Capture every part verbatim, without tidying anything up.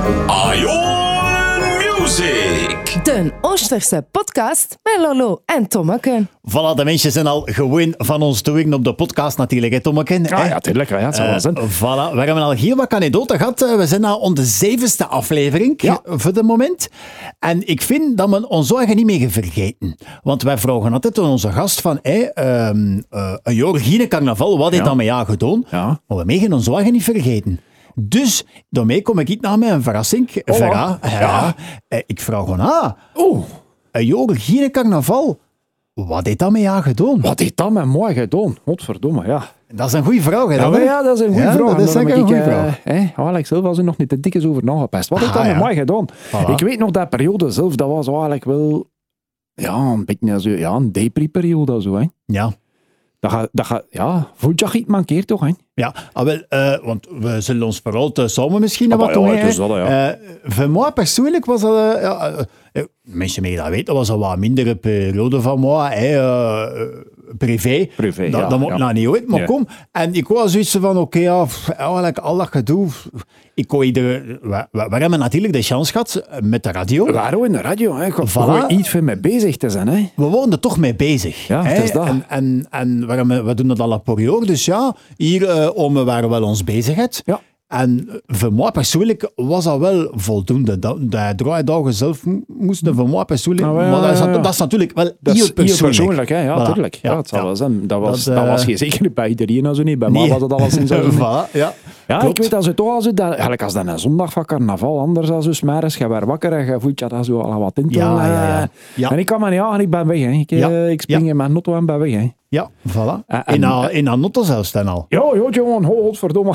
Ion Music. De Oosterse podcast met Lolo en Tommeke. Voilà, de mensen zijn al gewoon van ons toewikken op de podcast natuurlijk, hè, Tommeke? Ah, ja, tuurlijk. Ja, het zal wel zijn. Uh, voilà, we hebben al hier wat anekdoten gehad. We zijn al op de zevende aflevering Ja. voor het moment. En ik vind dat we ons zorgen niet meer vergeten. Want wij vragen altijd aan onze gast van, hey, um, uh, een jaar geen carnaval, wat heeft Ja. dat met jou gedaan? Ja. Maar we mogen ons zorgen niet vergeten. Dus, daarmee kom ik naar met een verrassing. Oh, Vera, ja. ja. Uh, ik vraag gewoon, ah, Oeh, een jaar geen carnaval, wat heeft dat met jou gedaan? wat heeft dat met mij gedaan? Godverdomme, ja. Dat is een goede vraag, hè? Ja, dat, maar hè? ja, dat is een goede Ja, vraag. dat is En zeker dan een heb goede ik, vraag. eh, hè, Alex, zelf was er nog niet te dik eens over nagepest. Wat heeft Ah, dat met ja. mij gedaan? Voilà. Ik weet nog, dat periode zelf, dat was eigenlijk wel... Ja, een beetje zo, ja, een depri-periode zo, hè. Ja. Dat gaat, dat gaat, ja, voelt je iets mankeert toch, hè? Ja, ah, wel, uh, want we zullen ons vooral te samen misschien Ah, wat ja, doen. het hè. is dat, ja. Uh, voor mij persoonlijk was dat... Uh, ja, uh, uh, mensen mee dat weten, dat was een wat mindere periode van mij. Hè, uh, privé. Privé, dat, ja, dat moet ja. nou niet ooit, maar Nee. kom. En ik was zoiets van, oké, okay, ja, pff, eigenlijk al dat gedoe... Ik kon ieder, we, we, we hebben natuurlijk de chance gehad met de radio. We waren ook in de radio, hè. Ik Voilà. gewoon iets veel mee bezig te zijn, hè. We waren er toch mee bezig. Ja, hè? het is dat. En, en, en we, hebben- we doen dat al een paar jaar. Dus ja, hier uh, om, we waren wel ons bezigheid. Ja. En voor mij persoonlijk was dat wel voldoende. Dat, de draaidagen zelf mo- moesten voor mij persoonlijk... Nou, ja, maar dat is, ja, ja. dat is natuurlijk wel Dat heel is persoonlijk. heel persoonlijk, hè. Ja, Voilà. tuurlijk. Ja, het zal ja. wel zijn. Dat was, Dat, dat, eh, was geen zeker bij iedereen en zo niet. Bij Nee. mij was het alles in zo niet. Voilà, ja. Ja, Klopt. ik weet dat ze toch al zo, dat, eigenlijk als dat een zondag van carnaval, anders dan zo smiddags, je werd wakker en je voelt je daar zo al wat in. Ja, doen, ja, ja. eh. Ja. En ik kan maar niet aan en ik ben weg. Hè. Ik, eh, Ja. ik spring Ja. in mijn auto en ben weg. Hè. Ja, voilà. En- en- in haar- in haar notte zelfs dan al. Ja, ja, jongen, godverdomme.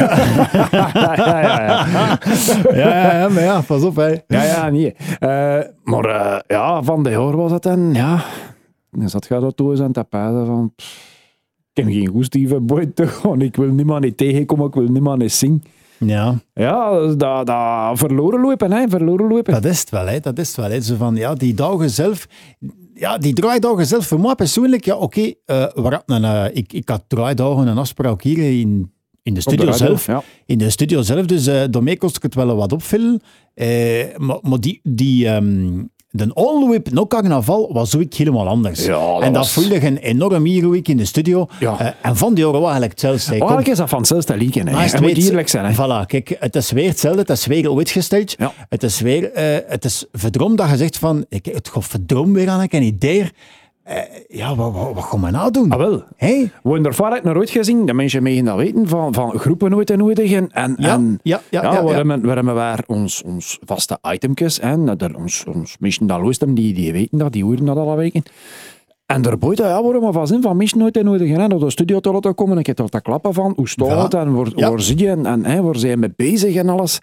ja, ja, ja, ja. Ja, ja, ja, maar ja, pas op, hè. Ja, ja, nee. Uh, maar uh, ja, van de jaar was het dan, ja. Dan zat je dat toen eens aan het pijzen van... Pff, ik heb geen goestieve boy te gaan. Ik wil niemand niet tegenkomen, ik wil niemand niet zien. Ja. Ja, dat, dat verloren lopen, hè, verloren lopen. Dat is het wel, hè. Dat is het wel, hè. Zo van, ja, die dagen zelf... Ja, die draaidagen zelf, voor mij persoonlijk, ja, oké. Okay, uh, we hadden een, uh, ik, ik had draaidagen een afspraak hier in, in de studio Op de radio, zelf. ja. In de studio zelf, dus uh, daarmee kost ik het wel wat opvullen. Uh, maar, maar die... die um, de All Whip, no carnaval, was zoiets helemaal anders. Ja, dat en dat was- voelde je enorm hier in de studio. Ja. Uh, en van die jaren was eigenlijk hetzelfde. Kom, Eigenlijk is dat van hetzelfde lieken. Hè. maar is Je het moet weet- eerlijk zijn. Hè. Voilà, kijk, het is weer hetzelfde, het is weer uitgesteld. Ja. Het is weer, uh, het is verdrom dat je zegt van, ik, het gaat verdrom weer aan, ik heb een idee. Uh, ja, wat, wat, wat gaan we nou doen? Ah, wel. Hey? We hebben er vaak naar ooit gezien, de mensen mogen dat weten, van, van groepen nooit en nodigen. En, Ja, en, ja, ja, ja, we, ja. Hebben, we hebben waar ons, ons vaste itemjes, en dat, ons, ons mensen dat luisteren, die, die weten dat, die horen dat alle weken. En daarbuiten, ja, worden we van zin van mensen nooit en nodigen, hè, naar de studio te laten komen, ik heb er te klappen van, hoe staat het, Ja. en waar, Ja. waar zie je, en, en hè, waar zijn we mee bezig en alles.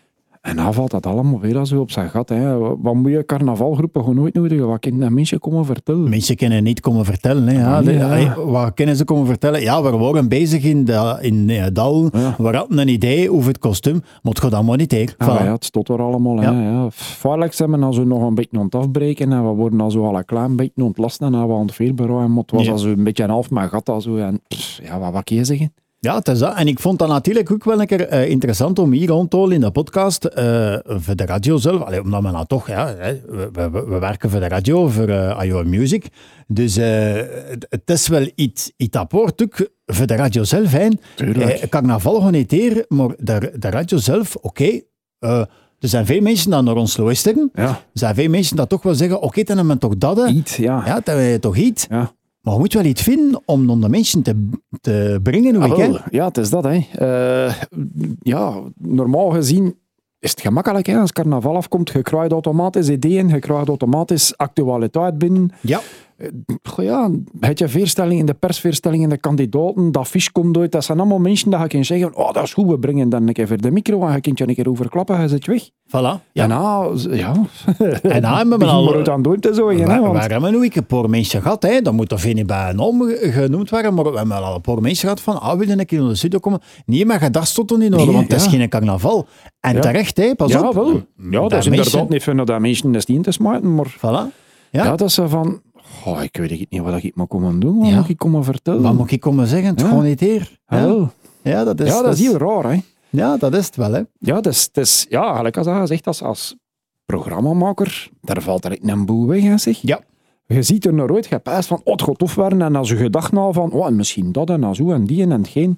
En dan valt dat allemaal weer zo op zijn gat. Hè. Wat moet je carnavalgroepen gewoon nooit nodigen? Wat kunnen mensen komen vertellen? Mensen kunnen niet komen vertellen. Hè. Ja, Nee, de- ja. hey, wat kunnen ze komen vertellen? Ja, we waren bezig in, de, in uh, Dal. Ja. We hadden een idee over het kostuum, maar het gaat allemaal niet tegen. Ja, Voilà. maar ja, het stond er allemaal. Ja. Hè, ja. Vaarlijk zijn we dan zo nog een beetje aan het afbreken en we worden dan zo al een klein beetje ontlasten en we aan het veerbureau. Maar het was Ja. al zo een beetje een half mijn gat. al Zo, en, pff, ja, wat, wat kun je zeggen? Ja, het is dat. En ik vond dat natuurlijk ook wel een keer uh, interessant om hier rond te houden in de podcast, uh, voor de radio zelf. Allee, omdat we nou toch, ja, hè, we, we, we werken voor de radio, voor uh, Ion Music. Dus uh, het, het is wel iets, iets apart ook voor de radio zelf. Hè. Tuurlijk. Uh, carnaval gewoon niet hier, maar de, de radio zelf, oké. Okay, uh, er zijn veel mensen die naar ons luisteren. Ja, Er zijn veel mensen die toch wel zeggen, oké, okay, dan hebben we toch dat. hè. iets, ja. Ja, dan hebben we toch iets. Ja. Maar je moet wel iets vinden om dan de mensen te, te brengen. Hoe Ah, ik, wel. hè. Ja, het is dat. Hè. Uh, ja, normaal gezien is het gemakkelijk. Hè. Als carnaval afkomt, je krijgt automatisch ideeën, je krijgt automatisch actualiteit binnen. Ja. Goh, ja, het je veerstellingen, de persveerstellingen, de kandidaten, dat fiche komt uit. Dat zijn allemaal mensen die je kunt zeggen, oh, dat is goed, we brengen dan een keer voor de micro en je kunt je een keer overklappen, je zit weg. Voilà. Ja. En nou, ja... En dan hebben we Begin al... maar uit aan doen te zorgen, hè, Waar, want... waar hebben we nu een paar mensen gehad? Hè? Dat moet er geen bij een naam genoemd worden, maar we hebben al een paar mensen gehad van, ah, wil je een keer naar de studio komen? Nee, maar je dat stond er niet nodig, Nee, want het is ja. geen carnaval. En Ja. terecht, hè? Pas Ja, op. wel. Ja, dat Daar is inderdaad mensen- niet vinden dat mensen de stien te smijten, maar... Voilà. Ja. Ja, dat is zo van... Oh, ik weet niet wat ik moet komen doen, wat Ja. moet ik komen vertellen? Wat moet ik komen zeggen? Het Ja. gewoon niet hier. Ja, Ja, wel. ja dat is... ja, dat is heel raar, hè. Ja, dat is het wel, hè. Ja, het is, het is, ja, gelijk als hij gezegd, als, als programmamaker, daar valt er een boel weg, hè, zeg. Ja. Je ziet er naar uit, je pijst van, oh, het gaat tof werden, en als je gedacht nou van, oh, en misschien dat en dan zo en die en hetgeen.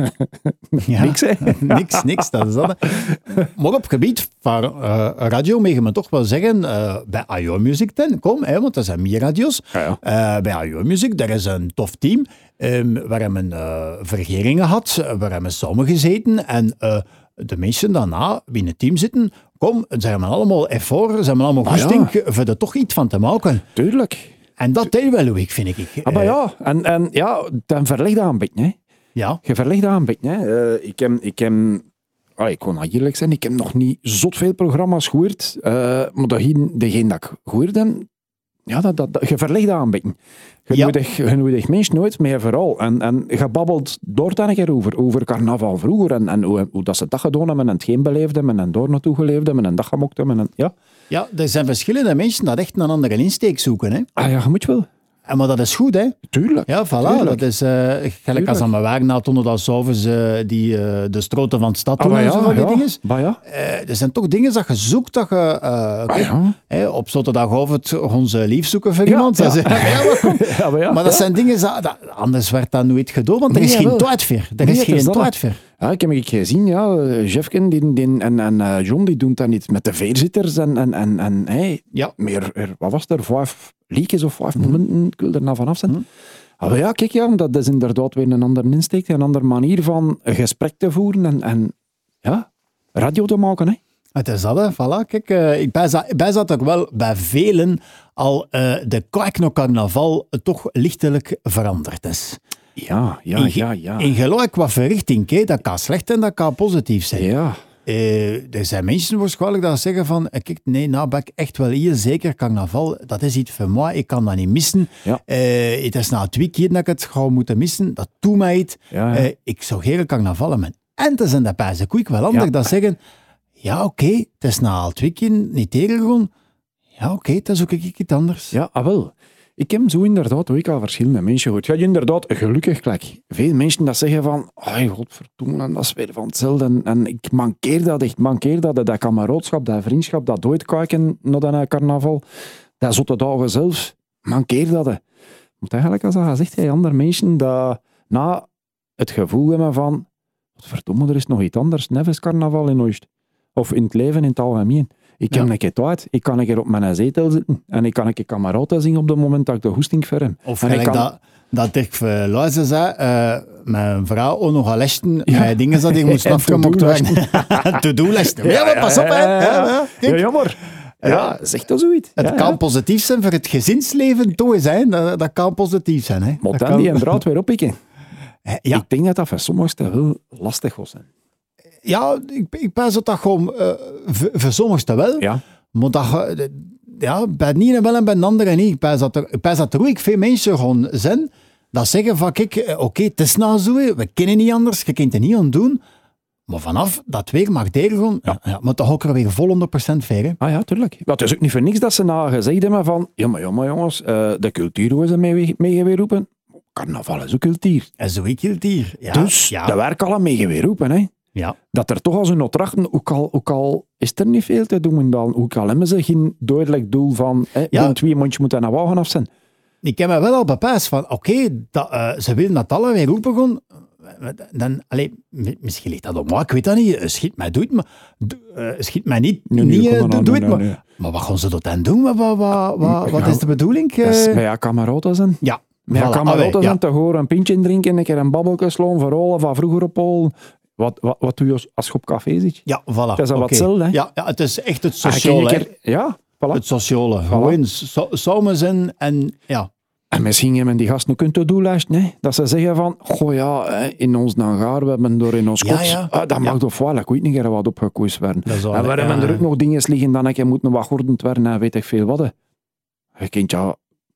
Ja. Niks, hè. niks, niks, dat is dat. Hè. Maar op gebied van uh, radio mag je me toch wel zeggen, uh, bij I O Music ten, kom, hè, want er zijn meer radio's. Ja, ja. Uh, bij I O Music, daar is een tof team. Um, waar hebben we uh, vergeringen gehad, waar hebben we samengezeten en uh, de mensen daarna binnen het team zitten, kom, ze hebben allemaal effort, ze hebben allemaal goesting ja. voor er toch iets van te maken. Tuurlijk. En dat deed wel ik, vind ik. Ah, maar ja, en, en ja, dan verleg dat een beetje, hè. Ja. Je verlegt dat een beetje. Hè. Uh, ik heb... Ik, heb ah, ik kon nou eerlijk zijn, ik heb nog niet zot veel programma's gehoord. Uh, maar degene, degene dat ik gehoord heb, ja, dat, dat, dat, je verlegt dat een beetje. Je Ja. nodigt, je nodigt mensen nooit meer vooral. En, en je babbelt door dan een keer over, over carnaval vroeger en, en hoe, hoe dat ze dat gedaan hebben en het geen beleefd hebben en door naartoe geleefd hebben en dat gemokt hebben. En, ja. Ja, er zijn verschillende mensen dat echt een andere insteek zoeken. Hè. Ah ja, je moet wel. En maar dat is goed, hè. Tuurlijk. Ja, voilà. Tuurlijk. Dat is uh, gelijk als aan mijn wagen na toen dat s'avonds uh, die uh, de stroten van de stad doen Ah, en ja, zo van die ja. dingen. Maar ja. Uh, er zijn toch dingen dat je zoekt dat je... Uh, Ah, ja. hè, op zaterdagavond onze lief zoeken voor Ja, iemand. ja. Dat is- ja, maar, kom. Ja, maar ja. Maar dat ja. zijn dingen... Dat, dat- anders werd dat nooit gedaan, want er Nee, is geen jawel. tijd voor. Er Nee, is het is geen dat, tijd voor. Ja, ik heb ik gezien, ja, eh, Jeffken die, die, en, en uh, John die doen dat niet met de veerzitters en, en, en, en hey, Ja. meer, er, wat was er, vijf leakjes of vijf momenten, ik wil er nou vanaf zijn. Ah, maar ja, kijk, ja, dat is inderdaad weer een andere insteek, een andere manier van een gesprek te voeren en, en ja, radio te maken. Hè. Het is dat, hè. Voilà. Kijk, uh, ik bijzat, ik bijzat dat wel bij velen al uh, de kijk naar carnaval toch lichtelijk veranderd is. Ja, ja, In ge- ja, ja. In gelijk wat verrichting, hè. Dat kan slecht en dat kan positief zijn. Ja, Uh, er zijn mensen waarschijnlijk dat zeggen van, eh, kijk, nee, nou ben ik echt wel hier, zeker carnaval, dat is iets voor mij, ik kan dat niet missen. Ja. Uh, het is na twee keer dat ik het ga moeten missen, dat doet mij iets. Ja, ja. Uh, ik zou geen carnaval hebben. En het is in dat pijzen koek wel anders, Ja. dat zeggen, ja oké, okay, het is na al twee keer niet tegengegaan, ja oké, okay, dan zoek ik iets anders. ja, ah wel. Ik heb zo inderdaad ook al verschillende mensen gehoord. Ja, inderdaad, gelukkig gelijk. Veel mensen dat zeggen van, ai, godverdomme, en dat is weer van hetzelfde. En, en ik mankeer dat echt, mankeer dat. Dat kameraadschap, dat vriendschap, dat uitkijken naar dat carnaval, dat zotte dagen zelf, mankeer dat. Hè. Want eigenlijk, als dat gezegd, hey, andere mensen dat na het gevoel hebben van, godverdomme, er is nog iets anders, nevens carnaval in Oost. Of in het leven in het algemeen. Ik heb Ja. een keer tijd, ik kan een keer op mijn zetel zitten en ik kan een keer kameraden zingen op het moment dat ik de hoesting ver heb. Of en ik gelijk kan... dat, dat Dirk Verluizen zei, uh, mijn vrouw ook nog al lesten, Ja. met dingen dat die moest En afgemokt worden. To-do-lesten. Ja, maar pas op, hè. Ja, Ja, ja. Kijk. ja, jammer. Ja, zeg dat zoiets. Het ja, kan ja. positief zijn voor het gezinsleven, toch zijn. Dat, dat kan positief zijn. Hè. Maar Dat dan kan- die een draad weer oppikken. Ja, Ik denk dat dat voor sommigen wel lastig was. zijn. ja ik, ik pijs dat dat gewoon uh, voor, voor sommigen wel. Ja. Maar dat, je- ja, bij de ene wel en bij de andere niet. Ik pijs dat er, ik pijs dat er ook veel mensen gewoon zijn dat zeggen van kijk, eh, oké, okay, het is nou zo, hè, we kennen niet anders, je kunt er niet aan doen. Maar vanaf dat weer mag delen gewoon, ja. Ja, maar toch ook er weer vol honderd procent ver. Hè. Ah ja, tuurlijk. Maar het is ook niet voor niks dat ze nou gezegd hebben van ja, maar, ja, maar jongens, uh, de cultuur is er mee, mee weer roepen. Carnaval is ook cultuur. En zo ik hield hier. Ja, dus ja, dat werk al aan mee weer roepen, hè. ja. Dat er toch als een opdrachten, ook al, ook al is er niet veel te doen, dan, ook al hebben ze geen duidelijk doel van hè, Ja. een twee mondjes moeten naar wagen af zijn. Ik heb me wel al bepast van, oké, okay, uh, ze willen dat alle weer roepen gewoon. Dan, allee, misschien ligt dat op mij, ik weet dat niet. Schiet mij, doe het, maar uh, schiet mij niet, Nee, nee, niet kom uh, maar doe, aan, doe nee, het maar. nee, nee. Maar wat gaan ze dat dan doen? Wat, wat, wat, wat, wat is de bedoeling? Uh, Dat is bij jouw kameraden zijn. ja, Met voilà, kameraden allee, zijn ja. te horen, een pintje drinken, een keer een babbelje slaan, verrollen van vroeger op al. Wat, wat, wat doe je als, als je op café zit? Ja, voilà. Dat is al okay. wat hetzelfde, hè? Ja, ja, het is echt het Ah, sociale. ken je een keer- Ja, voilà. Het sociale. Gewoon so, samen zijn en ja. En misschien hebben die gasten ook een to-do-lijst, nee? Dat ze zeggen van, goh ja, hè, in ons Nangaar, we hebben door in ons Ja, kots, ja. ah, dat Ja. mag toch wel, ik weet niet meer wat opgekoest werden. Dat is wel- En we ja. hebben er ook nog dingen liggen dan ik moet nog wat gordend werden en weet ik veel wat. Hè. Je kunt ja,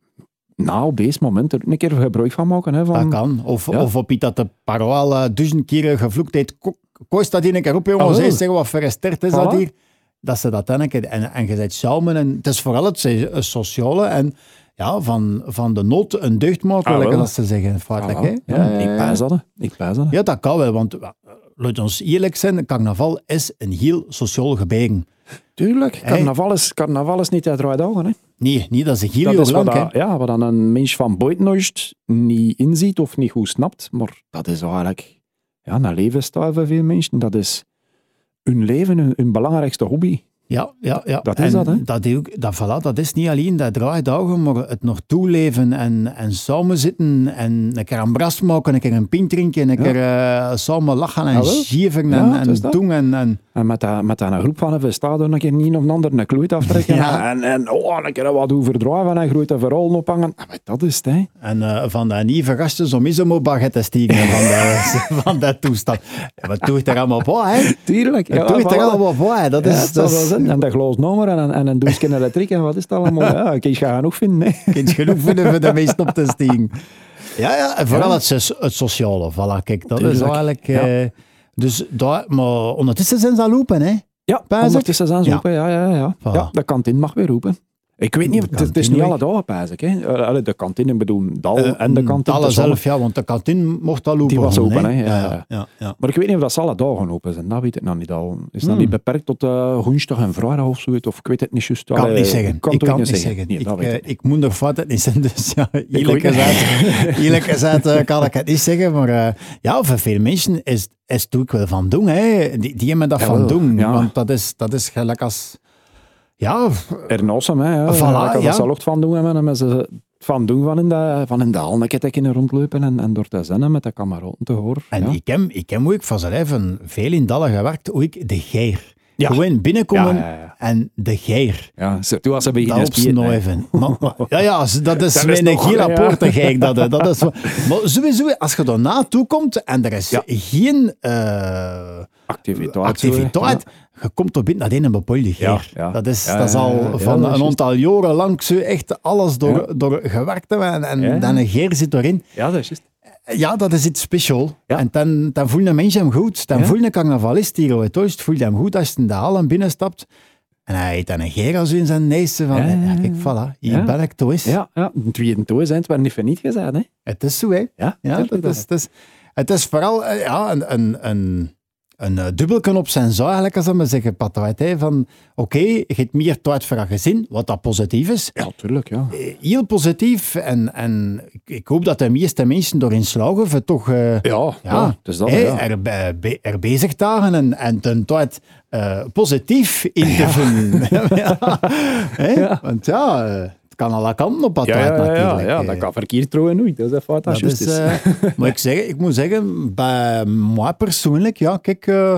nou op deze moment er een keer gebruik van maken. Hè, van, Dat kan. Of, Ja. of op iets dat de parool uh, duizend keer gevloekt heeft. Ko- Koos dat hier een keer op, jongens. Ah, wel. Hey, zeg wat verresterd is dat Voilà. hier. Dat ze dat dan een keer... En, en je zet samen. En het is vooral het se- sociale. En ja, van, van de nood een deugd maken, Ah, lekker wel. als ze zeggen. Voilà. Feitelijk, hè? Ja, ik pijs dat. hè. Ik pijs dat. Ja, dat kan wel, want uh, laat ons eerlijk zijn, carnaval is een heel sociaal gebeuren. Tuurlijk, carnaval is, carnaval is niet uit drie dagen. Hè. Nee, niet dat is een heel Dat is lang. wat, hè. dat, ja, wat dan een mens van buitenuit niet inziet of niet goed snapt. Maar dat is eigenlijk ja, een levensstijl voor veel mensen. Dat is hun leven, hun, hun belangrijkste hobby. Ja, ja, ja. Dat is en dat, hè? Dat, is ook, dat, voilà, dat is niet alleen dat draaidagen, maar het nog toeleven en, en samen zitten en een keer een bras maken, een keer een pint drinken, een Ja. keer uh, samen lachen en Ja, wel. geven Ja, en, het is en dat. doen. En, en, En met, dat, met dat een groep van een verstaat een keer niet of een ander een kloeit aftrekken. Ja. En, en oh, een keer wat overdrijven en groeit een verhaal ophangen. Ah, maar dat is het, hè. en uh, van dat nieuwe gasten om eens om baguette te stiegen van, de, van dat toestand. Ja, wat doe je er allemaal voor, hè? Tuurlijk. Wat doe je er voilà. allemaal voor, hè? Dat Ja, is... het zal dat wel is zijn. En dat glas nummer en, en een douche elektriek en wat is het allemaal? Ja, ik ga genoeg vinden. Hè. kind genoeg vinden voor de meesten op te stiegen. Ja, ja, en vooral Ja. het, so- het sociale. Voilà, kijk, dat Tuurlijk. is eigenlijk... Ja. Uh, dus daar, maar ondertussen zijn ze aan lopen, hè? Ja, Pijs ik? ondertussen zijn ze Ja. open. Ja, ja, ja. Voilà. ja, de kantine mag weer open. Ik weet niet, De het, het is kantine niet weg. alle dagen, pijs ik. Hè. Allee, de kantine, ik bedoel, Dal Uh, en de kantine. Alle tezamen. zelf, ja, want de kantine mocht al lopen. Die was gewoon, open, hè, ja, ja, ja. ja, ja. Maar ik weet niet of dat ze alle dagen open zijn. Dat weet ik nog niet al. Is dat Hmm. niet beperkt tot uh, woensdag en vrijdag of zoiets? Of ik weet het niet juist. Ik kan het Allee, niet zeggen. kan Ik het kan ook het niet zeggen. Nee, Ik, dat weet eh, ik niet. ik moet nog fout het niet zijn, dus ja, eerlijk ook niet. gezegd, eerlijk gezegd uh, kan ik het niet zeggen. Maar uh, ja, voor veel mensen is, is het ook wel van doen. Hè. Die, die hebben dat Jawel, van doen. ja. Want dat is, dat is gelijk als... Ja, Ernaast hem, hè. Ja. Voilà, ik kan ja. dat zelf van doen hebben. En met ze van doen van in de, van in de hal een keer kunnen rondlopen en, en door te zinnen met de kameraden te horen. en ja. ik heb, ik heb ook van zijn leven veel in Dallen gewerkt, ook de geir. Ja. Gewoon binnenkomen Ja, ja, ja. en de geir. Ja, ze- toen was ze beginnen Dat spieren, hè. opsnuiven. Maar- maar- Ja, ja, dat is Dat is mijn toch- heel ja. apporte gek. Dat, hè. dat is, zo- maar sowieso, als je er naartoe komt en er is Ja. geen uh, Activiteit. activiteit, je komt er binnen naar een bepaalde geer. Ja, ja. Dat is, Ja, dat is ja, al ja, ja, van dat is een juist. aantal jaren lang zo echt alles door, Ja. door gewerkt hebben en, en Ja. dan een geer zit erin. Ja, dat is juist. Ja, dat is iets speciaal. Ja. En dan, dan voelt een mens hem goed. Dan Ja. voelt een carnavalist hier ooit thuis, voelt hem goed als hij in de hal binnenstapt. En hij heeft dan een geer als in zijn neus van, Ja, ja, ja. ja, kijk, voilà, hier Ja. ben ik thuis. Ja, ja. De tweede toe zijn het wel niet voor niet gezegd, hè. Het is zo, hè. Ja, Ja, tuurlijk dat dat. is, het, is, het is vooral eh, ja, een, een, een, een eh, dubbelken op zijn zou, eigenlijk, als we zeggen, Patrick, hè, van oké, je hebt meer tijd voor een gezin, wat dat positief is. Ja, tuurlijk, ja. Eh, Heel positief en, en ik, ik hoop dat de meeste mensen erin slagen voor toch eh, Ja, ja, ja, het is dat, hè, ja. er, be- be- er bezig te houden en, en ten tijd eh, positief in te vinden. ja. Hè? Ja. Want ja, eh, het kan alle kanten op wat Ja, ja, ja, ja, natuurlijk. ja, eh. dat kan verkeerd trouwen nooit. Dat is even wat dat Dat juist is, is. eh, maar ik, zeg, ik moet zeggen, bij mij persoonlijk, ja, kijk, eh,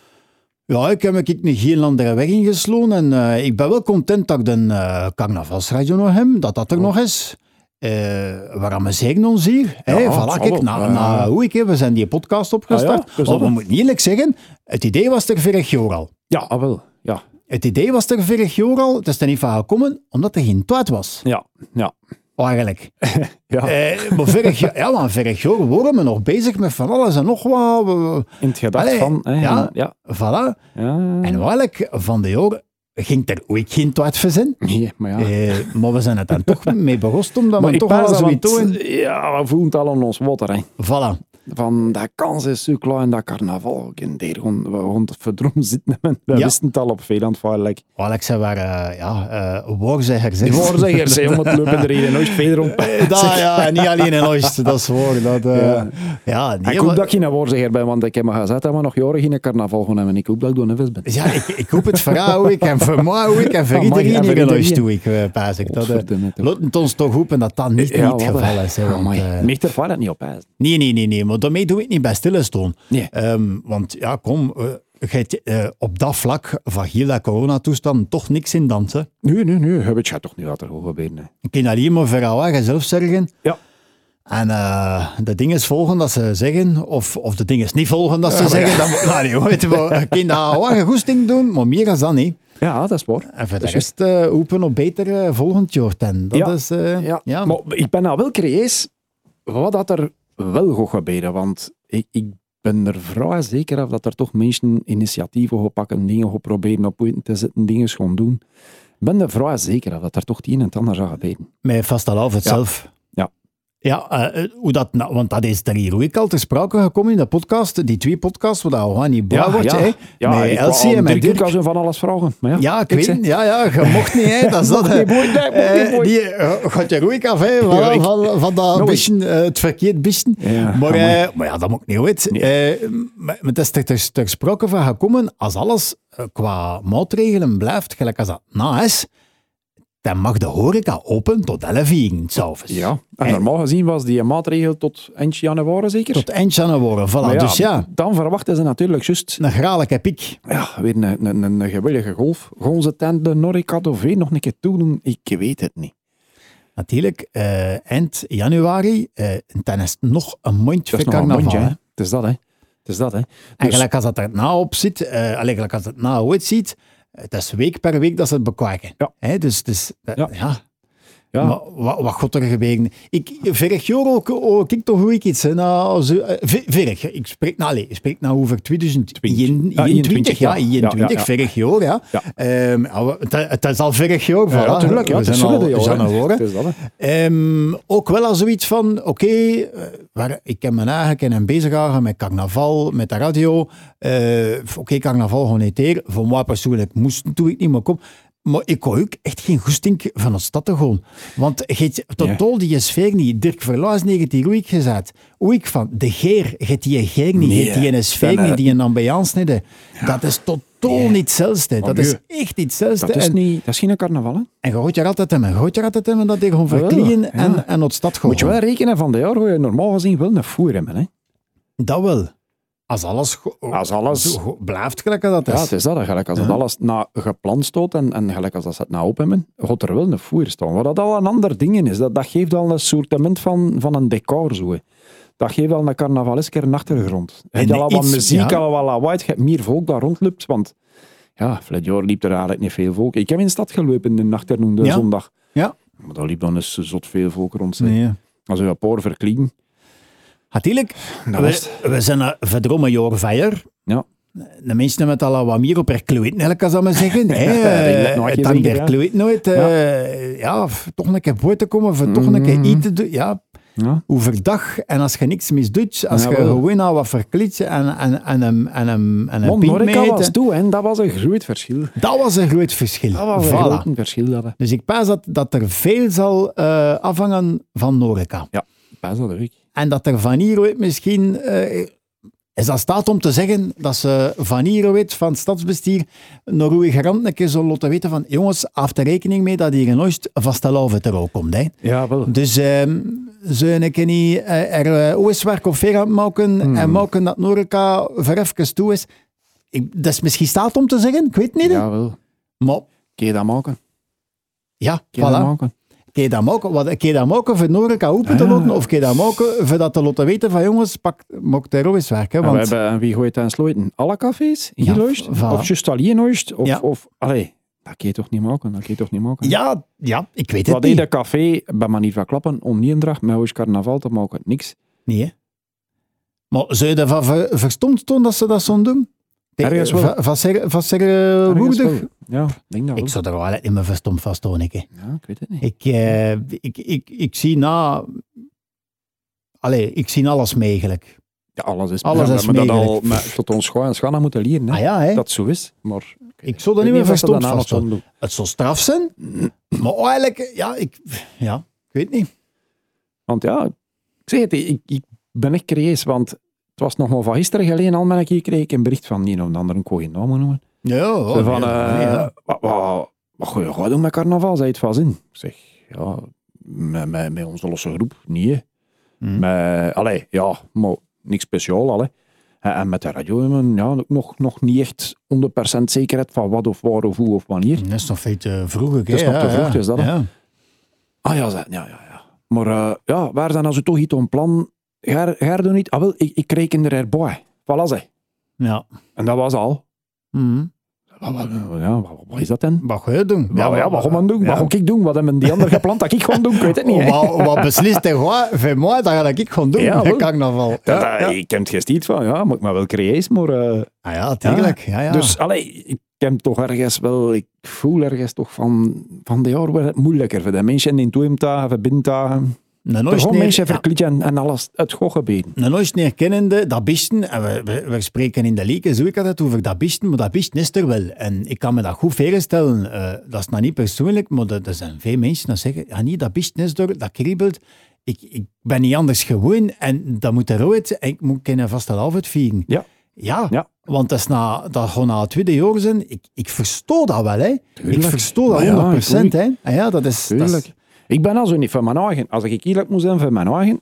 ja, ik heb me niet geen andere weg ingesloten en eh, ik ben wel content dat ik de uh, carnavalsradio nog heb, dat dat er nog is. Uh, waarom we zeggen ons hier? Ja, Hey, het voilà, zal kijk, wel. na, Ja. na hoe ik, hè, we zijn die podcast opgestart. Ah ja, dus Want we dat- moeten eerlijk zeggen, het idee was er vorig jaar al. Ja, ah, wel. Ja, Het idee was er vorig jaar al, het is er niet van gekomen, omdat er geen tijd was. ja, ja. Eigenlijk. ja. Eh, maar vorig jaar, ja, maar vorig jaar worden we nog bezig met van alles en nog wat. We- In het gedacht Allee, van... Hè, ja. ja. Voilà. Ja. En eigenlijk, van de jaren ging er ook geen tijd voor zijn. Nee, maar ja. Eh, maar we zijn het dan toch mee begost, omdat maar we ik toch pijs alles dat, zoiets want, doen. ja, we voelen het al aan ons water, hè. Voilà. Van, dat kans is zo klein, dat carnaval. Ik in de rond, we rond het verdrom zitten. We Ja. wisten het al op veel aan het vallen. Alex, ze waren uh, ja, uh, woorzeggers. hè. Die waarzegers, hè, om het lopen er hier nooit veel rond. Eh, dat, ja, niet alleen in Oost, dat is waar. Dat, uh, ja. Ja. Ja, nee, Ik hoop maar- dat ik geen waarzegger ben, want ik heb me gezegd dat we nog jaren geen carnaval gaan hebben. Ik hoop dat ik door een vis ben. ja, ik, ik hoop het voor jou ook, en voor mij ook, en voor Van mij iedereen en voor die in Oost iedereen. toe, ik uh, paas ik. Dat, uh, Godverdomme, toch. laten we ons toch hopen dat dat niet, Ja, niet het wat, geval hè. is. Hè, want, Amai. uh, Meester vaart het niet op, hè. nee, nee, nee, nee, maar daarmee doe ik niet bij stilstaan. Nee. Um, want ja, kom, uh, je hebt uh, op dat vlak van heel dat coronatoestand toch niks in dansen. Nee, nee, nee. Het gaat toch niet wat er gaat gebeuren. Hè. Je kunt alleen maar voor jou zelf zorgen. Ja. En uh, de dingen volgen dat ze zeggen, of, of de dingen niet volgen dat ze zeggen. Dan, moet- nou, nee, weet je wel, je kunt daar wat je goesting doen, maar meer dan dat niet. Ja, dat is waar. En voor de Dat is rest uh, hopen op beter uh, volgend jaar. Dan. Dat Ja. is, uh, Ja, ja. maar ik ben nou wel curieus wat dat er wel gaat gebeuren, want ik, ik ben er vrij zeker of dat er toch mensen initiatieven gaan pakken, dingen gaan proberen op punten te zetten, dingen gaan doen. Ik ben er vrij zeker of dat er toch het een en het ander zal gebeuren. Met Vastelavond Ja. zelf. Ja. Ja, uh, hoe dat, nou, want dat is daar hier ook al ter sprake gekomen in de podcast, die twee podcasts, waar dat gewoon niet blauw wordt, ja. hè, Ja, met ik Elsie wou en met Dirk Dirk. kan zo van alles vragen. Maar ja, Ja, ik ik weet zeg- het. Ja, ja, je mocht niet, hè. Dat is dat. Mocht niet, mocht niet, mocht Eh, niet, mocht die uh, gaat je roeik af, hè, van, Ja, ik- van, van dat Nog bisschen, uh, het verkeerd bisschen. Ja, maar, amai. uh, maar ja, dat moet ik niet weten. Nee. Uh, maar maar het is ter, ter, ter sprake van gekomen, als alles uh, qua maatregelen blijft, gelijk als dat na is, dan mag de horeca open tot elf uur s'avonds. Ja, en Hè? normaal gezien was die maatregel tot eind januari zeker. Tot eind januari, voilà. Maar ja, Dus ja, dan verwachten ze natuurlijk juist een graalijke piek. ja, weer een, een, een, een gewillige golf. Gaan ze het aan de Norica of weer nog een keer toedoen? Ik weet het niet. Natuurlijk, uh, eind januari, uh, dan is het nog een mondje Dat is voor nog een carnaval. mondje, hè. hè. Het is dat, hè. Het is dat, hè. En Dus- gelijk als dat er na op zit, uh, allee, gelijk als het na ooit ziet, het is week per week dat ze het bekwaken. Ja. Hè, dus, dus dat- Ja. ja. ja. Maar wat, wat gaat er gebeuren? Ik, vorig jaar ook, oh, kijk toch hoe ik iets. Hè, nou, zo, uh, vorig, ik spreek nou, allez, ik spreek nou over twintig eenentwintig, ja, ja. eenentwintig, Ja, ja, ja. vorig jaar, ja. Ja. Um, het, het is al vorig jaar, voilà. Ja, natuurlijk, ja, we het is zijn al, zullen die we zijn al, al hè. horen. Het is dat, hè. Um, ook wel al zoiets van, oké, okay, uh, ik heb mijn eigen kennen bezig gehouden met carnaval, met de radio. Uh, oké, okay, carnaval gewoon niet hier. Voor mij persoonlijk moest doe ik niet, maar kom. Maar ik had ook echt geen goesting van de stad te gaan. Want je hebt totaal die sfeer niet. Dirk Verlaas heeft die roeik gezet. Hoe ik van, de geer, je hebt die geer niet, je Nee, hebt die een sfeer dan, uh, niet, die een ambiance niet. Dat is totaal Nee. niet hetzelfde. Dat Maar is nu, echt niet hetzelfde. Dat is, En- niet, dat is geen carnaval, hè. en je hoort je er altijd in, je hoort je er altijd in dat die gewoon Wel, verklieën ja. en, en naar de stad gaan. Moet je wel rekenen, van de jaar ga je normaal gezien wel een voer hebben, hè. Dat wel. Als alles, go- Als alles- zo go- blijft gelijk als dat is. Ja, het is dat. hè. Gelijk als het Ja. alles na gepland staat en, en gelijk als dat ze het nou open hebben, gaat er wel een voer staan. Wat dat al een ander ding is, dat, dat geeft al een soortement van, van een decor. Zo, hè. Dat geeft al een carnavaleske achtergrond. Je En hebt al wat iets- muziek, ja. al wat lawaai, je hebt meer volk dat rondloopt, want ja, vorig jaar liep er eigenlijk niet veel volk. Ik heb in de stad gelopen in de achternoen, de Ja. zondag. Ja. Maar daar liep dan eens zot veel volk rond. zeg. Nee. Als je een paar verkliegen, Natuurlijk, Dat was we, we zijn een verdromme jaar verder. ja. De mensen hebben het al wat meer op haar kloot, eigenlijk, als dat maar zeggen. Hè. redelijk nooit Het hangt zeker, er ja. kloot nooit. eh, ja, f- toch een keer buiten komen, voor toch een keer Mhm. iets te doen. Ja, ja. overdag. En als je niks mis doet, als Ja, je wel. gewoon al wat verkleedt en, en, en, een, en, een, en een Want pint Norica was meten, toe, en dat was een groot verschil. dat was een groot verschil. Dat was een Voilà. groot verschil. Dat, hè. Dus ik pas dat, dat er veel zal eh, afhangen van Norica. Ja, best wel leuk. En dat er van hier ooit misschien... eh, is dat staat om te zeggen dat ze van hier ooit, van het stadsbestuur, naar uw garant een keer zullen laten weten van jongens, af er rekening mee dat hier in Oost vaste lauwe er ook komt. Hè. Ja, wel. Dus ehm ze een keer niet eh, er uh, oostwerk of ver aan het maken Hmm. en maken dat Norica voor even toe is. Ik, dat is misschien staat om te zeggen, ik weet het niet. hè. Ja, wel. Maar Kun je dat maken? ja, Kun je dat voilà. maken? Kun je dat maken? Wat, kun je dat maken voor Norica open te Ah, ja. laten? Of kun je dat maken voor dat te laten weten van jongens, pak, maak er ook eens werk. Hè, En we want hebben, en wie gooit aan sluiten? Alle cafés? Hier Ja, juist? voilà. Of juist alleen juist? Of, Ja. of, allee, dat kun je toch niet maken? Dat kun je toch niet maken? ja, ja, ik weet het Wat deed niet. dat café, bij manier van klappen, om niet een dag met Oost carnaval te maken? Niks. Nee, hè. Maar zou je ervan ver, verstomd toen dat ze dat zo doen? Ergens wel. Va- Van zeer, van zeer eh, Ergens woordig? wel. Ja, ik denk dat wel. Ik zou er wel eigenlijk niet meer verstomd van staan. Ik, hè. Ja, ik weet het niet. ik, eh, ik, ik, ik zie na... Allee, ik zie alles mee eigenlijk. Ja, alles is Alles ja, is maar dat al meegelijk. met, tot ons gaan en schana moeten leren. Hè. Ah ja, hè. Dat zo is. Maar ik zou er ik niet meer weet of ze dat verstomd nou van nog staan. zullen doen. Het zou straf zijn, maar eigenlijk, ja, ik, ja, ik weet niet. Want ja, ik zeg het, ik, ik ben echt curieus, want het was nog maar van gisteren geleden al met een keer kreeg ik een bericht van een of ander, ik kon geen namen noemen. Ja, oh, Zo van, nee, eh, nee, ja. wat, wat, wat ga je gaan doen met carnaval? Zei het van zin. Ik zeg, ja, met, met, met onze losse groep, niet. hè. Hmm. Met, allee, ja, maar niks speciaal, allee. En, en met de radio hebben we ja, ook nog, nog niet echt honderd procent zekerheid van wat of waar of hoe of wanneer. Dat is nog veel te vroeg. Dat is nog te vroeg, is dat, hè? Ja. Ah ja, zei, ja, ja, ja. Maar uh, ja, waar zijn als we toch iets om plan? Ga ga er niet? Ah wel, ik, ik reken er erbij. Voilà, zei. Ja. En dat was al. Mhm. Wat, wat, ja, wat, wat is dat dan? Wat ga je doen? Ja, maar ja, wat gaan we doen? Ja. Wat ga ik doen? Wat hebben die anderen gepland dat ik gewoon doen? Ik weet het niet. hè. Wat, wat beslist hij gewoon? Voor mij, dat ga ik gewoon doen. Ja, Ja, wel. carnaval. Ja, Ja, ja. Ik heb het gestierd van, ja, moet ik maar wel creëren, maar... uh, Ah ja, tuurlijk. Ja, ja. Dus, allee, ik heb toch ergens wel... Ik voel ergens toch van... Van de jaar wordt het moeilijker voor de mensen in toeimdagen, voor binnendagen. Een Er ooit gaan neer- mensen ja, verklieden en, en alles uit God gebeden. een ooit herkennende, dat bisten, en we, we, we spreken in de lieken, zo ik had het over dat bisten, maar dat bisten is er wel. En ik kan me dat goed voorstellen, uh, dat is nou niet persoonlijk, maar er, er zijn veel mensen die zeggen, ja niet, dat bisten is er, dat kriebelt, ik, ik ben niet anders gewoon en dat moet eruit en ik moet kunnen vastelavond vieren. Ja. Ja, Ja. want dat, is na, dat gewoon na het tweede jaar zijn. Ik, ik verstoor dat wel, hè. Tuurlijk. Ik verstoor dat Maar ja, honderd procent, ik hè. En ja, dat is... Dat Tuurlijk. is Ik ben al zo niet van mijn eigen. Als ik eerlijk moet zijn van mijn eigen,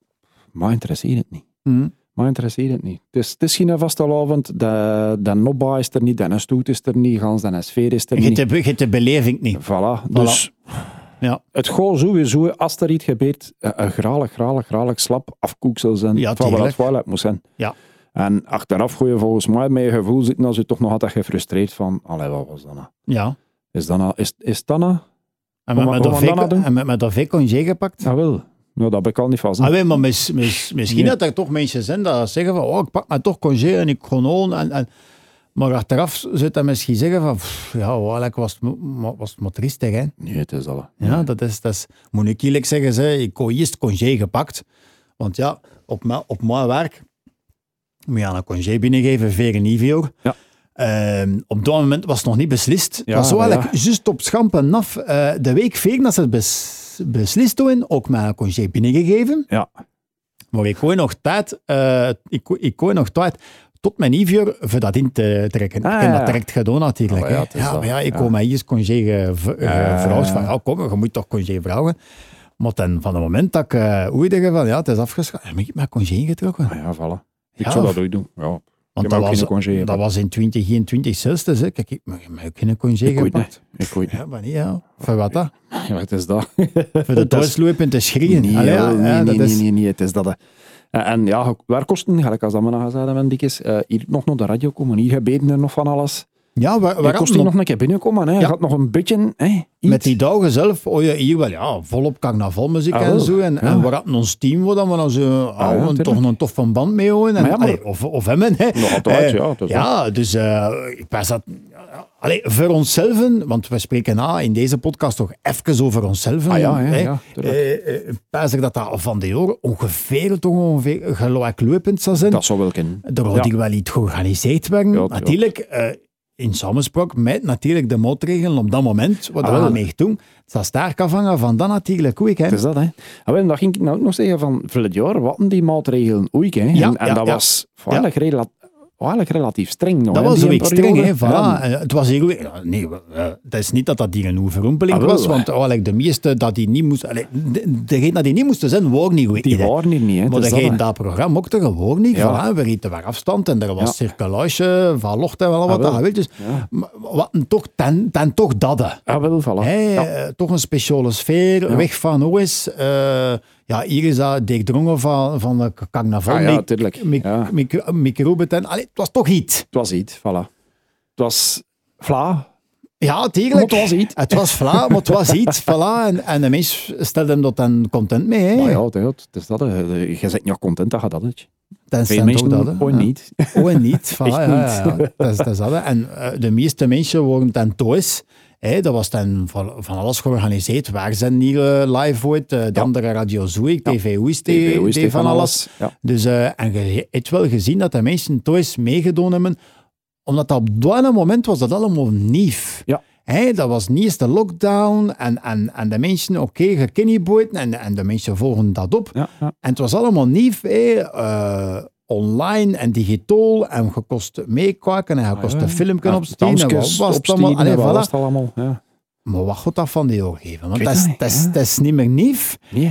maar interesseert het niet. mm, Maar interesseert het niet. Het is, het is geen vastelavond, de, de nopba is er niet, de stoet is er niet, gans de sfeer is er je niet. hebt de, je hebt de beleving niet. Voilà. Dus Ja. het gaat sowieso, als er iets gebeurt, een een gralig, gralig, gralig slap afkoeksel zijn Ja, van wat het tuurlijk. toilet moet zijn. Ja. En achteraf gooi je volgens mij met je gevoel zitten als je toch nog altijd gefrustreerd van, allee, wat was dat nou? Ja. Is dat nou, is, is dat nou? En Wat met, met, wat dat we dan vek- doen? en met, met dat V congé gepakt. Ja, wel. Nou, dat ben ik al niet vast. Ah, weet, maar mis, mis, misschien Ja. dat er toch mensen zijn die zeggen van, oh, ik pak maar toch congé en ik gewoon en, en maar achteraf zou dat misschien zeggen van, pff, ja, eigenlijk was het, mo- was het maar triestig, hè. Nee, het is al. Ja, dat is, dat is, moet ik eerlijk zeggen, ze, ik heb eerst congé gepakt. Want ja, op, mijn- op mijn werk moet je aan een congé binnengeven, vier en niet uur. Ja. Ehm, op dat moment was het nog niet beslist. Ja, het was zo maar eigenlijk juist op schampen af. eh, de week vier dat ze het bes, beslist hebben, ook mijn congé binnengegeven. Ja. Maar ik kon nog tijd, eh, ik, kon- ik kon nog tijd tot mijn nieuwjaar voor dat in te trekken. Ah, ik heb ja. dat direct gedaan natuurlijk. Ah, ja, hè. het is ja, dat. maar ja, ik Ja. kon mij eerst congé gev- Ja. gevraagd van, ja kom, je moet toch congé vragen. Maar dan, van het moment dat ik uh, hoorde van, ja, het is afgeschaft, heb ik mijn congé ingetrokken. Ah ja, voilà. Ik Ja. zou dat ook doen. Ja. Want Ik heb dat ook was, geen congé dat gepakt. was in twintig eenentwintig zelfs. Dus, hè. Kijk, ik heb ook geen congé Ik ooit gepakt. niet. Ik ooit niet. Ja, maar niet, ja. Voor wat dat? Ja, het is dat. Voor de Dat is- thuislopen te schreeuwen. Nee, Allee, ja, ja, nee, ja, nee, dat is... nee, nee, nee, het is dat. hè. En, en ja, werkkosten, gelijk als dat we nog gezegd hebben, dikjes, uh, hier nog naar de radio komen, hier gebeden en nog van alles. Ja, waar, Je waar kost hier nog een keer binnenkomen, hè. Je Ja. gaat nog een beetje, hè, iets. Met die dagen zelf, oh ja, hier wel, ja, volop carnavalmuziek Ah, en wel. zo. En, Ja. en we hadden ons team, waar dan we dan zo, oh, ja, een, tuurlijk. toch een tof van band mee houden. En, Maar ja, maar- allee, of, of hem, hè. Nog altijd, Eh, ja, het is ja, dus uh, ik pas dat... Allee, voor onszelf, want we spreken na in deze podcast toch even over onszelf. Ah, ja, ja, hè. ja, tuurlijk. Eh, eh, pas ik dat dat van de jaren ongeveer toch ongeveer gelijklopend zou zijn. Dat zou wel kunnen. Er had Ja. ik wel iets georganiseerd werden. Ja, ja. Natuurlijk, eh, in samenspraak met natuurlijk de maatregelen op dat moment, wat Ah, we wel. mee doen. Het zal sterk afhangen van dat natuurlijk ook. Hè. Het is dat, hè. En wel, dat ging ik nou ook nog zeggen van, voor het jaar, wat die maatregelen ooit, hè. Ja, en en ja, dat ja. was eigenlijk, rela- eigenlijk relatief streng nog, Dat hè, was die zo streng, periode. hè. Voilà. Ja. En het was heel... ja, nee, eh, het is niet dat dat hier een overrompeling Ah, wel, was, want eigenlijk de meeste dat die niet moesten... allee, de- Degene dat die niet moesten zijn, waren niet goed. Die hè. waren hier niet, hè. Maar Het is degene dat, hè. dat programma ook er gewoon niet. Ja. Voilà, we reden waar afstand en er was Ja. circulage van lucht en wel wat Ah, wel. dat je wilt. Dus, Ja. maar wat een toch, dan, dan toch dat, hè. Ah, wel, voilà. Hey, Ja. eh, toch een speciale sfeer, Ja. weg van huis. Uh, ja, hier is dat doordrongen van, van de carnaval. Ah, ja, Mic- tuurlijk. mic- Ja. mic- microben en- allee, het was toch iets. Het was iets, voilà. Het was vla. Ja, Maar tuurlijk. het was iets. Het was vla, maar het was iets. Voilà. En, en de mens stelde hem dat dan content mee. Hè. Maar ja, het, het is dat. hè. Je bent niet content dat je dat hebt. Dan Veel stond mensen ook dat, hè. ooit Ja. niet. Oh, en niet. Voilà, Echt ja, niet. ja, ja. Dat, is, dat is dat. Hè. En uh, de meeste mensen worden dan thuis. Hè, dat was dan van, van alles georganiseerd. Waar zijn hier uh, live uit? Uh, de Ja. andere Radio Zoe, Ja. T V Oest, T V Oest deed van alles. Ja. Dus, uh, en je hebt wel gezien dat de mensen thuis meegedaan hebben, omdat dat op dat moment was dat allemaal nieuw. Ja. Hè, dat was niet eens de lockdown en, en, en de mensen, oké, okay, je kent die buiten en, en de mensen volgen dat op. Ja, ja. En het was allemaal nieuw, hè, uh, online en digitaal en je kost meekijken en je kost Ah, ja. een filmpje Ja, opsteken. En wat dansjes was het opsteken, allemaal? Allee, en wat voilà. was het allemaal? Ja. Maar wat gaat dat van die oor geven? Want Ik dat weet is, het dat, niet, is, ja. dat is niet meer nieuw. Nee.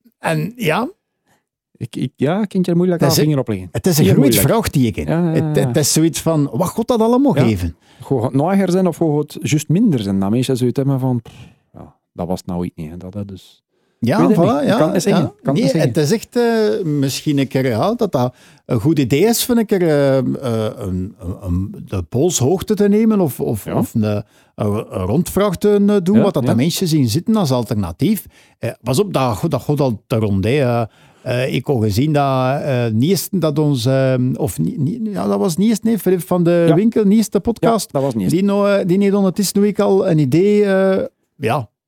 En ja, Ik, ik, ja, ik kan je er moeilijk Dat aan is- vinger opleggen. het is een Heel groot moeilijk. vraagteken. Ja, ja, ja. Het, het is zoiets van, wat gaat dat allemaal Ja. geven? Gewoon het nager zijn of gewoon het juist minder zijn. Dat mensen zoiets hebben van, pff, ja, dat was het nou iets niet. Hè. Dat, hè, dus. Ja, weet het voilà, niet. Ik ja, kan het niet zeggen. ja. Ik kan het Nee, niet zeggen. het is echt uh, misschien een keer ja, dat dat een goed idee is van een keer uh, uh, een, een, de polshoogte te nemen of, of, Ja. of een, een, een rondvraag te uh, doen, Ja, wat dat ja. de mensen zien zitten als alternatief. Uh, pas op, dat, dat gaat al te rond. Hè. Uh, uh, ik heb gezien dat uh, Nies, dat ons, uh, of niet, niet, ja, dat was Nies, nee, Filip van de Ja. Winkel, Nies de podcast. Ja, dat was niet eens. Die, nou, uh, die heeft ondertussen nu ik al een idee, uh, ja,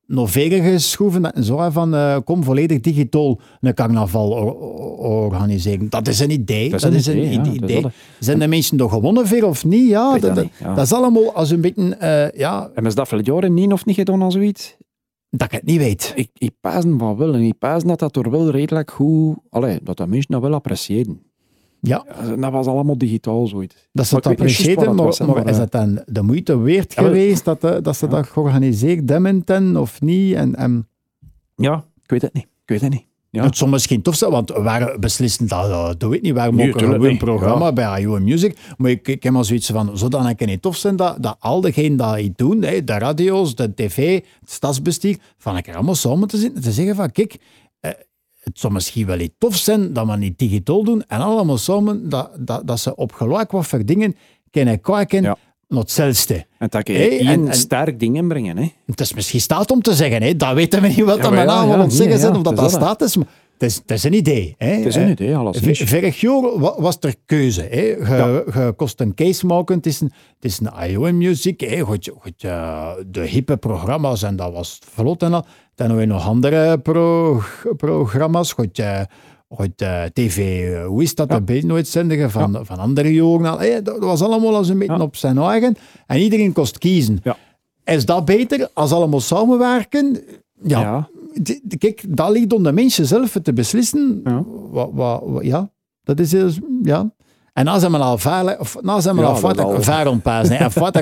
nog verder geschoven en zo van uh, kom volledig digitaal een carnaval or- or- organiseren. Dat is een idee. Dat is dat een is een idee, ja, idee. dat is dat. Zijn de mensen toch gewonnen weer of niet? Ja, Weet dat, dat dat, niet, ja. dat is allemaal als een beetje... Uh, ja, En is dat veel jaren niet of niet gedaan als zoiets? dat ik het niet weet. Ik, ik pasen van wel en ik pasen dat dat er wel redelijk goed... Allee, dat de mensen dat wel appreciëren. Ja, Ja, dat was allemaal digitaal zoiets. dat ze Maar het ik weet niet juist appreciëren, wat maar, het was, hè, maar maar, is uh, dat dan de moeite waard Ja, wel- geweest dat, de, dat ze Ja. dat georganiseerd hebben ten, of niet? En, en Ja, ik weet het niet. Ik weet het niet. Ja. het zou misschien tof zijn, want we waren beslissend, dat, dat doe ik niet, we Nee, maken tuurlijk gewoon een niet. programma Ja. bij I O Music, maar ik, ik heb maar zoiets van, zodat het niet tof zijn, dat, dat al diegenen dat iets doen, hè, de radio's, de tv, het stadsbestuur, van ik er allemaal samen te zitten, te zeggen van, kijk, eh, het zou misschien wel iets tof zijn dat we niet digitaal doen, en allemaal samen, dat, dat, dat ze op gelijk wat voor dingen kunnen kijken, Ja. naar hetzelfde. En dat je Hey, één en- en- sterk ding inbrengen. Hè. Het is misschien staat om te zeggen, hè. Dat weten we niet wat Ja, dat maar men ja, allemaal ja, aan het zeggen nee, zijn, ja, of dat het dat is dat. staat is. Maar het is, het is een idee. Hè. Het is een idee, alles V- niet. Vorig jaar wa- was er keuze. Hè. Je, Ja. je kost een case maken. Het is een, het is een I O M-muziek. Hè. Goed, goed, uh, de hippe programma's, en dat was vlot en al. Dan hebben we nog andere pro- programma's. Goed, uh, goed, uh, tv, uh, hoe is dat? Ja. De beeldnooitzendingen van, van andere jaren. al. Hè. Dat was allemaal als een beetje Ja. op zijn eigen. En iedereen kost kiezen. Ja. Is dat beter als allemaal samenwerken? Ja. Ja. D- d- Kijk, dat ligt om de mensen zelf te beslissen. Ja. Wat, wat, wat- ja, dat is dus, ja. En dan zijn we al ver, of dan zijn we Ja, al dat fout al. ver ontpassen. En fout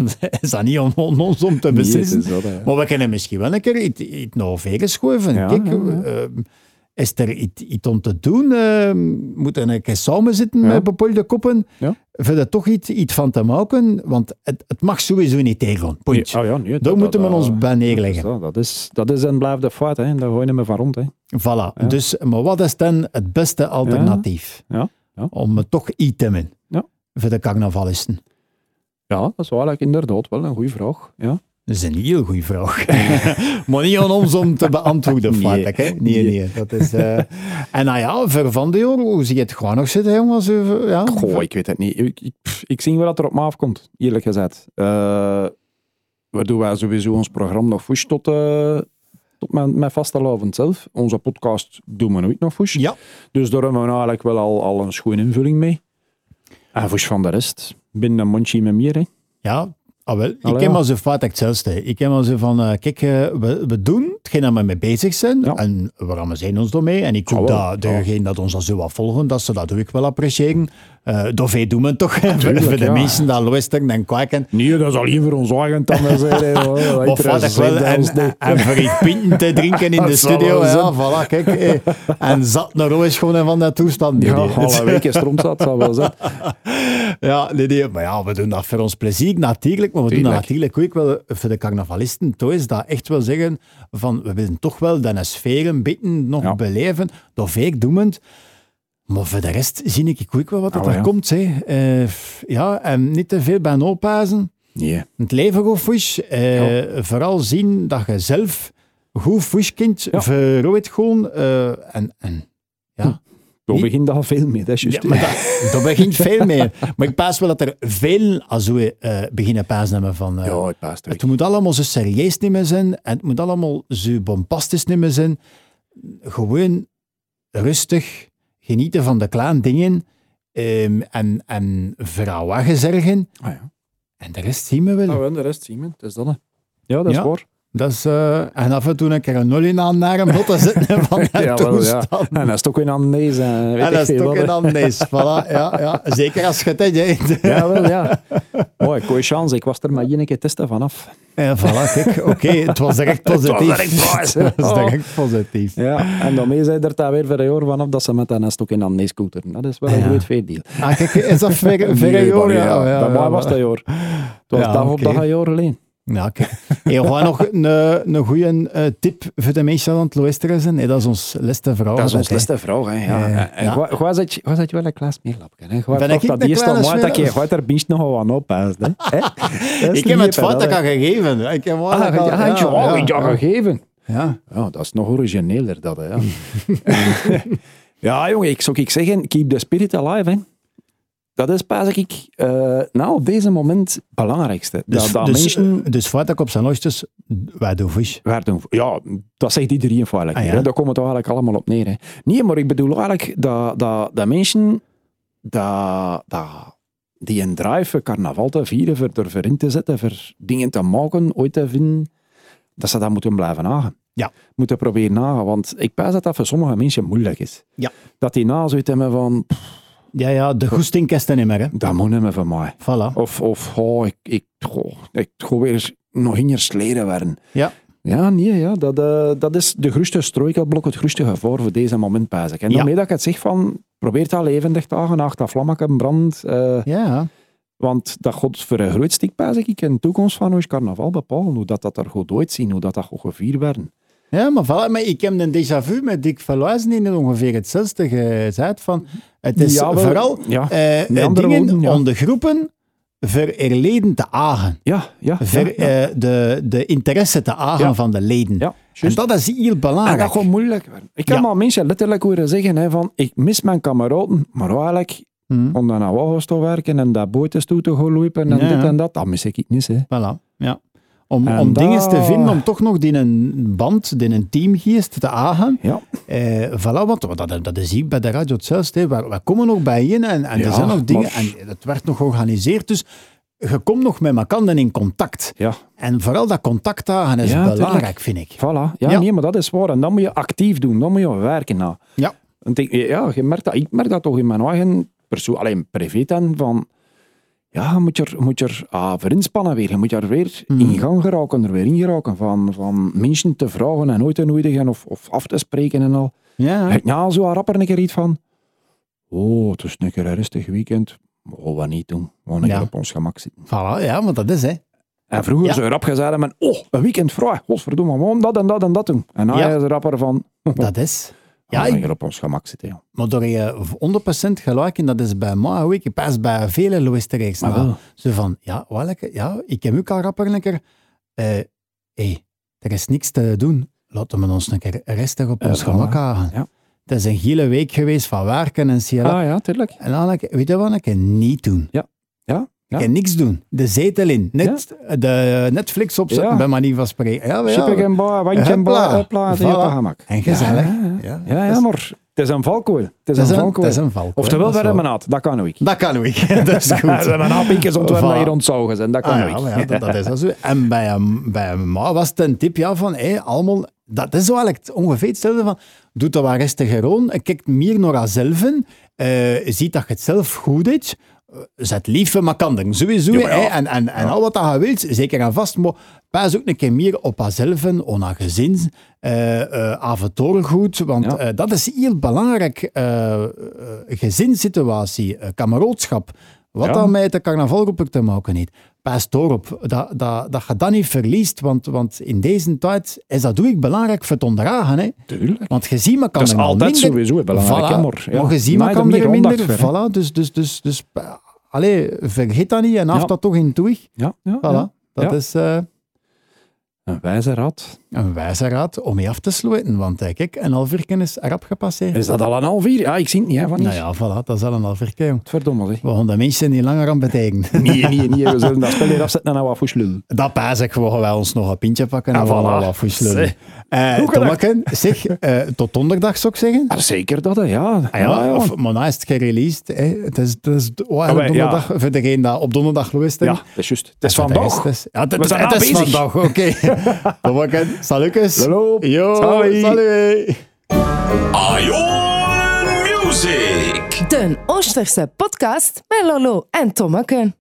is dat niet om, om ons om te Nee, het beslissen. is dat, hè. Maar we kunnen misschien wel een keer iets, iets naar verder schuiven. Ja, Kijk, ja, ja. eh, is er iets, iets om te doen? Uh, moeten we een keer samen zitten Ja. met bepaalde koppen? Ja. Vind je er toch iets, iets van te maken? Want het, het mag sowieso niet tegengaan. Punt. Nee, oh ja, nee, Daar moeten we dat- ons bij neerleggen. Dat is, dat, is, dat is en blijft de fout, hè. Daar gooi je me van rond. Hè. Voilà. Ja. Dus, maar wat is dan het beste alternatief? Ja, ja. Om het toch iets te hebben Ja. voor de carnavalisten? Ja, dat is wel eigenlijk inderdaad wel een goede vraag. Ja. Dat is een heel goede vraag. Maar niet aan ons om te beantwoorden, Nee. feitelijk. Hè? Nee, nee. Dat is, uh... En nou ja, voor van de jaar, hoe zie je het gewoon nog zitten, jongens? Uh, Ja? Goh, ik weet het niet. Ik, ik, pff, ik zie wel dat er op me afkomt, eerlijk gezegd. Uh, waardoor wij sowieso ons programma nog push tot, uh, tot mijn, mijn vastelavond zelf. Onze podcast doen we nooit nog push. Ja. Dus daar hebben we eigenlijk wel al, al een schone invulling mee. En push van de rest, binnen een mondje met meer. Hè. Ja, ah, wel. Ik Allee, heb ja. maar zo vaak hetzelfde. Ik heb maar zo van, uh, kijk, uh, we, we doen hetgeen dat we mee bezig zijn. Ja. En we amuseren ons ermee. En ik hoop Ja, wel. dat degenen dat ons dat zo wat volgen, dat ze dat ook wel appreciëren. Uh, Dovee doen we het toch, hè, voor, voor de ja. mensen die luisteren en kijken. Nee, dat is alleen voor ons eigen tanden zijn. Wat vaak ik wel, en, en voor iets pinten te drinken in de Dat zal studio. wel Ja, zijn. voilà, kijk. eh, En zat naar roos gewoon van dat toestand. Ja, Nee, nee. alle weken stroom zat, zal wel zijn. Ja, nee, nee, maar ja, we doen dat voor ons plezier natuurlijk, maar we doen dat Tuurlijk. natuurlijk ook wel voor de carnavalisten. Toch is dat echt wel zeggen van, we willen toch wel de sfeer een beetje nog Ja. beleven, door veel doemend. Maar voor de rest zie ik ook wel wat er Oh, ja. komt. Hè. Eh, ja, en niet te veel bij oppassen. Nee. Het leven goed fish. Eh, vooral zien dat je zelf goed fish kunt Ja. verrooid gewoon. eh, en, en ja... Daar Niet- begint al veel mee. Dat is juist. Ja, maar dat, daar begint veel mee. Maar ik paas wel dat er veel als we uh, beginnen paas nemen van... Uh, Ja, het past het moet allemaal zo serieus niet meer zijn en het moet allemaal zo bombastisch niet meer zijn. Gewoon rustig genieten van de kleine dingen um, en, en vrouwen zergen. Ah, ja. En de rest zien we wel. Nou, en de rest zien we. Het is dat. Hè. Ja, dat is Ja. waar. Dat is, uh, en af en toe een keer een nul in aan naar hem te zetten van dat Ja, wel, ja. toestand. En dat is toch een aan deze. Weet En ik dat is veel toch wat, een hè. anders. Voilà, ja, ja. Zeker als je het hebt. hè. Ja, wel, ja. Oh, ik gooi chance. Ik was er maar één keer testen vanaf. Ja, voilà, kijk, oké, okay, het was direct positief. direct mooi, hè. Het was direct positief. Ja, en daarmee zei er daar weer voor een jaar vanaf dat ze met een stok in aan scooter. Dat is wel een Ja. groot veerdeel. Ah, kijk, is dat ver, ver Nee, jaar? maar Ja, ja, Bij mij ja, was dat jaar. Het was Ja, dag op oké. dag een jaar alleen. Ja, kijk. Hey, gewoon nog een, een goede uh, tip voor de mensen die aan het luisteren zijn. Hey, dat is ons laatste vrouw. Dat is ons hè. laatste vraag. Hè. Ja. Ja. En Ja. Waar- waar zit je waar zit je wel een klas meer lapje? Hè? Waar Ben vraagt ik dat een eerst al kleine mooi dat je smeer- gaat er best nog wel aan oppast. Hè? Hè? Dat is Ik heb niet het fout per dat ik dag, al gegeven. Ik heb wel hè. Ah, al- ja, handje, oh, ik had gegeven. ja. Ja, dat is nog origineler, dat, hè. Ja, ja jongen, ik zou ik zeggen, keep the spirit alive, hè. dat is pas ik uh, nou op deze moment het belangrijkste. Dus, dat, dat dus, mensen... dus voordat ik op zijn oostjes, waar doe vis? Waar doen, ja, dat zegt iedereen eigenlijk. Ah, ja? Hè? Daar komt het eigenlijk allemaal op neer. Hè? Nee, maar ik bedoel eigenlijk dat, dat, dat mensen dat, dat, die een drive voor carnaval te vieren, voor er in te zetten, voor dingen te maken, ooit te vinden, dat ze dat moeten blijven nagen. Ja. Moeten proberen nagen. Want ik pijs dat dat voor sommige mensen moeilijk is. Ja. Dat die na zoiets hebben van... Ja, ja, de goesting kent er niet meer, hè. Dat moet niet meer van mij. Voilà. Of, of oh, ik, ik, oh, ik ga weer eens nog in je leren werden. Ja. Ja, nee, ja, dat, uh, dat is de grootste strooikelblok, het grootste gevaar voor deze moment, pijs ik. En daarmee Ja. dat ik het zeg van, probeer het al levendig te houden, achter dat vlammetje brandt. Uh, Ja. Want dat gaat voor een groot stuk, pijs ik, in de toekomst van ons carnaval bepalen. Hoe dat, dat er goed uitzien, hoe dat, dat goed gevierd werden. Ja, maar, voilà, maar ik heb een déjà vu met Dick Verluizen in ongeveer hetzelfde gezegd van, het is Ja, wel, vooral ja, eh, met andere dingen woorden, ja. onder groepen voor er leden te agen. Ja, ja. Voor ja, ja. eh, de, de interesse te agen Ja. van de leden. Ja, En juist. dat is heel En belangrijk. dat gaat moeilijk worden. Ik heb Ja. maar mensen letterlijk horen zeggen hè, van, ik mis mijn kameraden, maar eigenlijk, Hm. om dan naar wagens te werken en dat bootjes toe te gaan lopen en Ja, dit ja. en dat, dat mis ik niet. Hè. Voilà, ja. Om, En om dat- dingen te vinden, om toch nog die een band, die een teamgeest te agen. Ja. Eh, voilà, want dat, dat is hier bij de radio hetzelfde. We, we komen nog bijeen en, en Ja, er zijn nog dingen, maar- en het werd nog georganiseerd, dus je komt nog met elkaar in contact. Ja, En vooral dat contact dagen is Ja, belangrijk, tuurlijk. vind ik. voilà. Ja, Ja. nee, maar dat is waar. En dan moet je actief doen, dan moet je werken na. Ja. Want ik, ja, je merkt dat, ik merk dat toch in mijn eigen persoon, alleen privé dan, van ja, je moet je er, moet je er ah, voor inspannen weer. Je moet je er weer Mm. in gang geraken, er weer in geraken. Van, van mensen te vragen en ooit te nodigen of, of af te spreken en al. Ja, Heb je nou zo rapper een keer iets van, oh, het is een keer een rustig weekend. We gaan wat niet doen. We gaan een Ja. keer op ons gemak zitten. voilà, ja, want dat is, hè. En vroeger Ja. zou je rap gezegd hebben, oh, een weekend vrij. Godverdomme, gewoon dat en dat en dat doen. En dan Ja. is de rapper van, Dat is. ja, Ja, we ik, gaan op ons gemak zitten. Ja. maar door je honderd procent gelijk in, dat is bij mij ook. Ik pas bij vele luisteraars Maar na. wel. Zo van, ja, wel lekker, ja, ik heb ook al rapper lekker. Eh, hey, er is niks te doen. Laten we ons een keer rustig op Eh, ons voilà. gemak houden. Ja. Het is een hele week geweest van werken en ciela. Ah ja, tuurlijk. En dan, weet je wat, ik kan niet doen. Ja. Ja. Ik kan niks doen. De zetel in. Net de Netflix opzetten, Ja. bij manier van spreken. Ja, maar ja. Super en baar, wandje en Hupla. baar, hupla, het is Voilà. op gemak. En gezellig. Ja, Ja, ja, dat ja, is- maar het is een valkuil. Het is Dat een is een, valkuil. dat is een valkuil. Oftewel, dat we is hebben wel- een naad. Dat kan ik. Dat kan ik. Dat is goed. We hebben een happiekjes om te Voilà. hier ontzaugen zijn. Dat kan Ah, ik. ja, maar ja, dat, dat is wel zo. En bij hem, bij hem ma was het een tip ja, van, hey, allemaal, dat is wel echt ongeveer hetzelfde van, doe dat wat rustiger aan, kijk meer naar jezelf, uh, ziet dat je het zelf goed doet, uh, zet lief voor elkaar, sowieso, Ja, maar ja. hè, en, en, en al wat dat je wilt, zeker en vast, maar pas ook een keer meer op jezelf, op je gezin, uh, uh, avontuurgoed, want Ja. uh, dat is heel belangrijk, uh, uh, gezinssituatie, uh, kameraadschap, wat Ja. dan met de carnavalgroep te maken heeft. Pas erop dat, dat, dat je dat niet verliest, want, want in deze tijd is dat ook belangrijk voor het onderdragen. Hè? Tuurlijk. Want je ziet elkaar Dat is al altijd minder. sowieso belangrijk, Voilà. hè, maar, ja. Maar je ziet Nee, elkaar er meer minder. aandacht voor, hè. Voilà, dus, dus, dus, dus uh, allee, vergeet dat niet en af Ja. dat toch in toe. Ja, ja, Voilà. ja. Dat Ja. is uh, Een wijze raad. een wijze raad om mee af te sluiten, want uh, kijk, een half uur is erop gepasseerd. Is dat al een half uur? Ja, ik zie het niet. Hè, van Nou niet. ja, voilà, dat is al een half uur, jong. Verdomme zeg. We gaan de mensen niet langer aan betekenen. Nee, nee, nee. We zullen dat spel hier afzetten en dan wat voeslul. Dat paas ik, we gaan wel ons nog een pintje pakken en Ah, we gaan voilà. wel wat voeslullen. Zeg. Uh, Goed gedacht. Tomakken, zeg, uh, tot donderdag zou ik zeggen. Ah, zeker dat, hè. Ja. Ah ja, of, maar nou is het gereleased. Hè. Het is, het is oh, Ah, wij- donderdag, voor degene dat op donderdag luistert. Ja, dat is juist. Het is vandaag. Het is, ja, het, We zijn het al is bezig. vandaag, oké. Tomakken, salutjes. Hallo. Yo, Salut. salut. Ion Music. De Oosterse podcast met Lolo en Tommeke.